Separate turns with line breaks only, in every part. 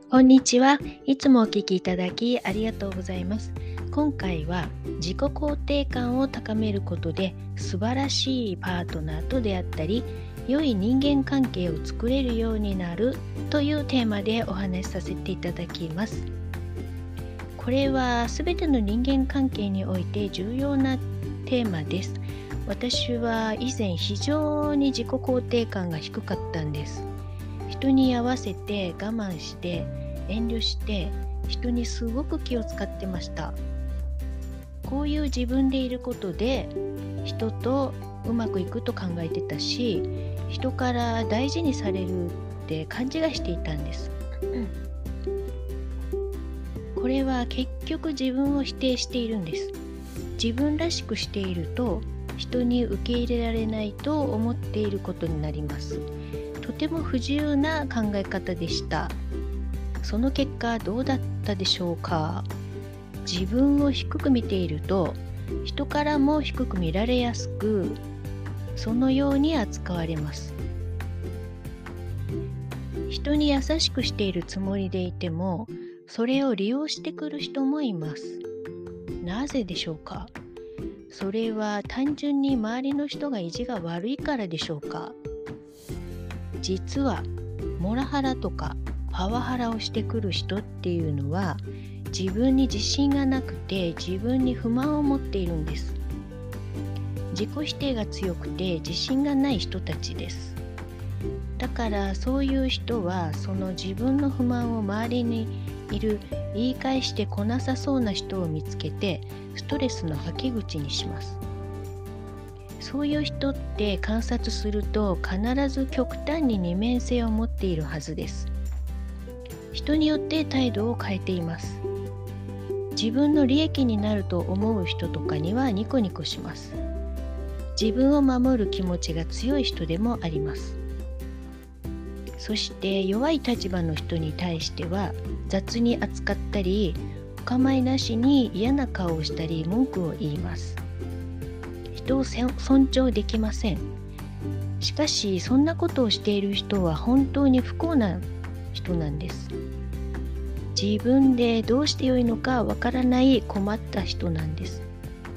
こんにちは。いつもお聞きいただきありがとうございます。今回は自己肯定感を高めることで素晴らしいパートナーと出会ったり、良い人間関係を作れるようになるというテーマでお話しさせていただきます。これはすべての人間関係において重要なテーマです。私は以前非常に自己肯定感が低かったんです。人に合わせて我慢して遠慮して人にすごく気を使ってました。こういう自分でいることで人とうまくいくと考えてたし、人から大事にされるって勘違いしていたんです。これは結局自分を否定しているんです。自分らしくしていると人に受け入れられないと思っていることになります。とても不自由な考え方でした。その結果どうだったでしょうか。自分を低く見ていると人からも低く見られやすく、そのように扱われます。人に優しくしているつもりでいてもそれを利用してくる人もいます。なぜでしょうか。それは単純に周りの人が意地が悪いからでしょうか。実はモラハラとかパワハラをしてくる人っていうのは自分に自信がなくて自分に不満を持っているんです。自己否定が強くて自信がない人たちです。だからそういう人はその自分の不満を周りにいる言い返してこなさそうな人を見つけてストレスの吐き口にします。そういう人って観察すると必ず極端に二面性を持っているはずです。人によって態度を変えています。自分の利益になると思う人とかにはニコニコします。自分を守る気持ちが強い人でもあります。そして弱い立場の人に対しては雑に扱ったり、お構いなしに嫌な顔をしたり文句を言います。人を尊重できません。しかしそんなことをしている人は本当に不幸な人なんです。自分でどうしてよいのかわからない困った人なんです。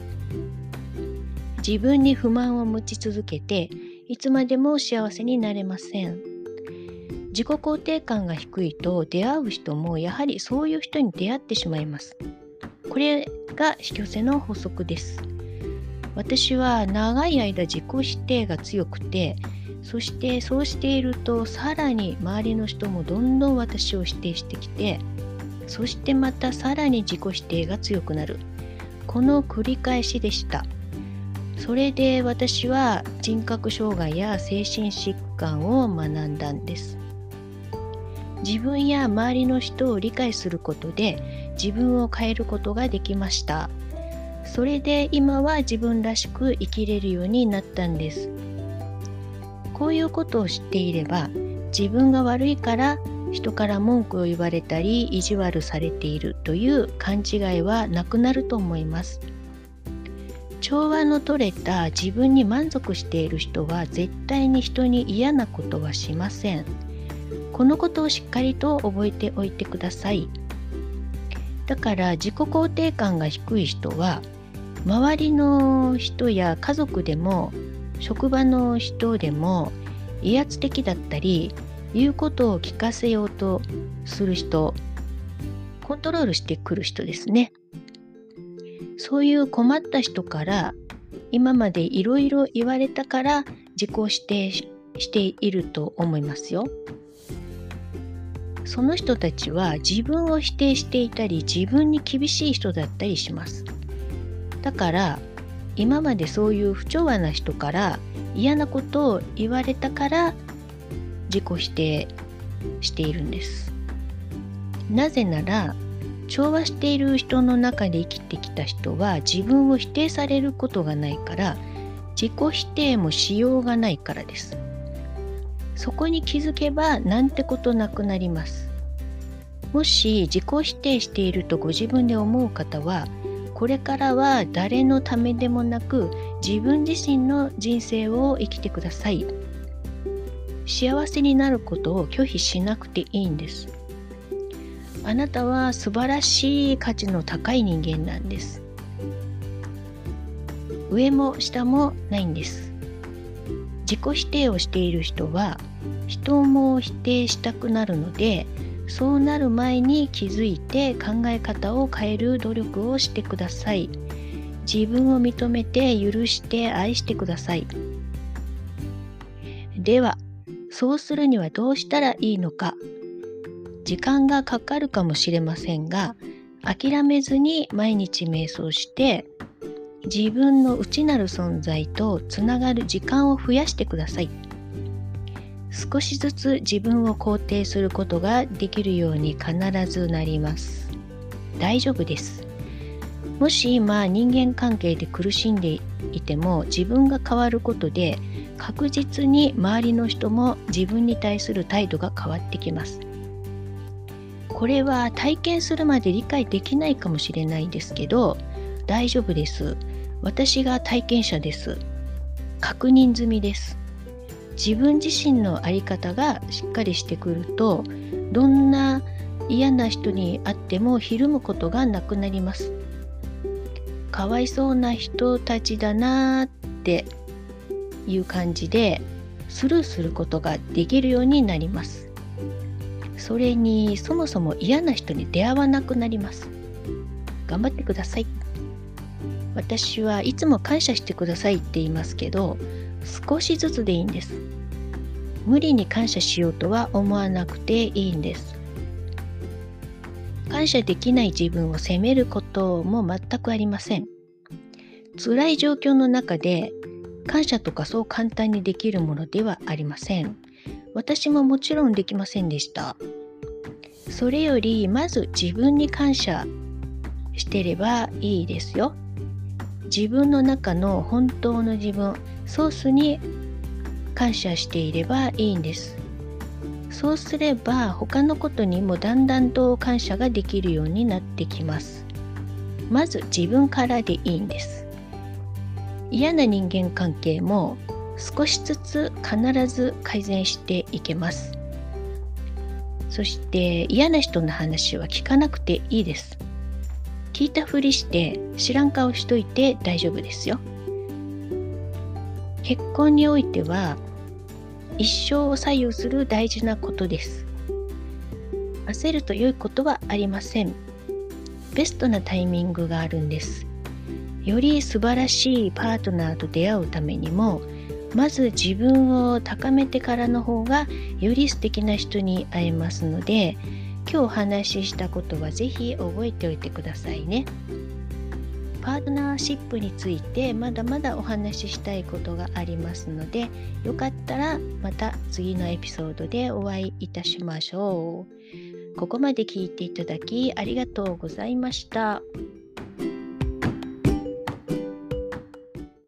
自分に不満を持ち続けていつまでも幸せになれません。自己肯定感が低いと出会う人もやはりそういう人に出会ってしまいます。これが引き寄せの法則です。私は長い間自己否定が強くて、そしてそうしているとさらに周りの人もどんどん私を否定してきて、そしてまたさらに自己否定が強くなる。この繰り返しでした。それで私は人格障害や精神疾患を学んだんです。自分や周りの人を理解することで自分を変えることができました。それで今は自分らしく生きれるようになったんです。こういうことを知っていれば、自分が悪いから人から文句を言われたり意地悪されているという勘違いはなくなると思います。調和の取れた自分に満足している人は絶対に人に嫌なことはしません。このことをしっかりと覚えておいてください。だから自己肯定感が低い人は周りの人や家族でも職場の人でも威圧的だったり、言うことを聞かせようとする人、コントロールしてくる人ですね。そういう困った人から今までいろいろ言われたから自己否定していると思いますよ。その人たちは自分を否定していたり自分に厳しい人だったりします。だから今までそういう不調和な人から嫌なことを言われたから自己否定しているんです。なぜなら調和している人の中で生きてきた人は自分を否定されることがないから自己否定もしようがないからです。そこに気づけばなんてことなくなります。もし自己否定しているとご自分で思う方は、これからは誰のためでもなく自分自身の人生を生きてください。幸せになることを拒否しなくていいんです。 あなたは素晴らしい価値の高い人間なんです。上も下もないんです。自己否定をしている人は人も否定したくなるので、そうなる前に気づいて考え方を変える努力をしてください。自分を認めて許して愛してください。では、そうするにはどうしたらいいのか。時間がかかるかもしれませんが、諦めずに毎日瞑想して自分の内なる存在とつながる時間を増やしてください。少しずつ自分を肯定することができるように必ずなります。大丈夫です。もし今人間関係で苦しんでいても、自分が変わることで確実に周りの人も自分に対する態度が変わってきます。これは体験するまで理解できないかもしれないですけど、大丈夫です。私が体験者です。確認済みです。自分自身の在り方がしっかりしてくると、どんな嫌な人に会ってもひるむことがなくなります。かわいそうな人たちだなっていう感じでスルーすることができるようになります。それにそもそも嫌な人に出会わなくなります。頑張ってください。私はいつも感謝してくださいって言いますけど、少しずつでいいんです。無理に感謝しようとは思わなくていいんです。感謝できない自分を責めることも全くありません。辛い状況の中で感謝とかそう簡単にできるものではありません。私ももちろんできませんでした。それよりまず自分に感謝してればいいですよ。自分の中の本当の自分、ソースに感謝していればいいんです。そうすれば他のことにもだんだんと感謝ができるようになってきます。まず自分からでいいんです。嫌な人間関係も少しずつ必ず改善していけます。そして嫌な人の話は聞かなくていいです。聞いたふりして知らん顔しといて大丈夫ですよ。結婚においては一生を左右する大事なことです。焦ると良いことはありません。ベストなタイミングがあるんです。より素晴らしいパートナーと出会うためにも、まず自分を高めてからの方がより素敵な人に会えますので、今日お話ししたことはぜひ覚えておいてくださいね。パートナーシップについてまだまだお話ししたいことがありますので、よかったらまた次のエピソードでお会いいたしましょう。ここまで聞いていただきありがとうございました。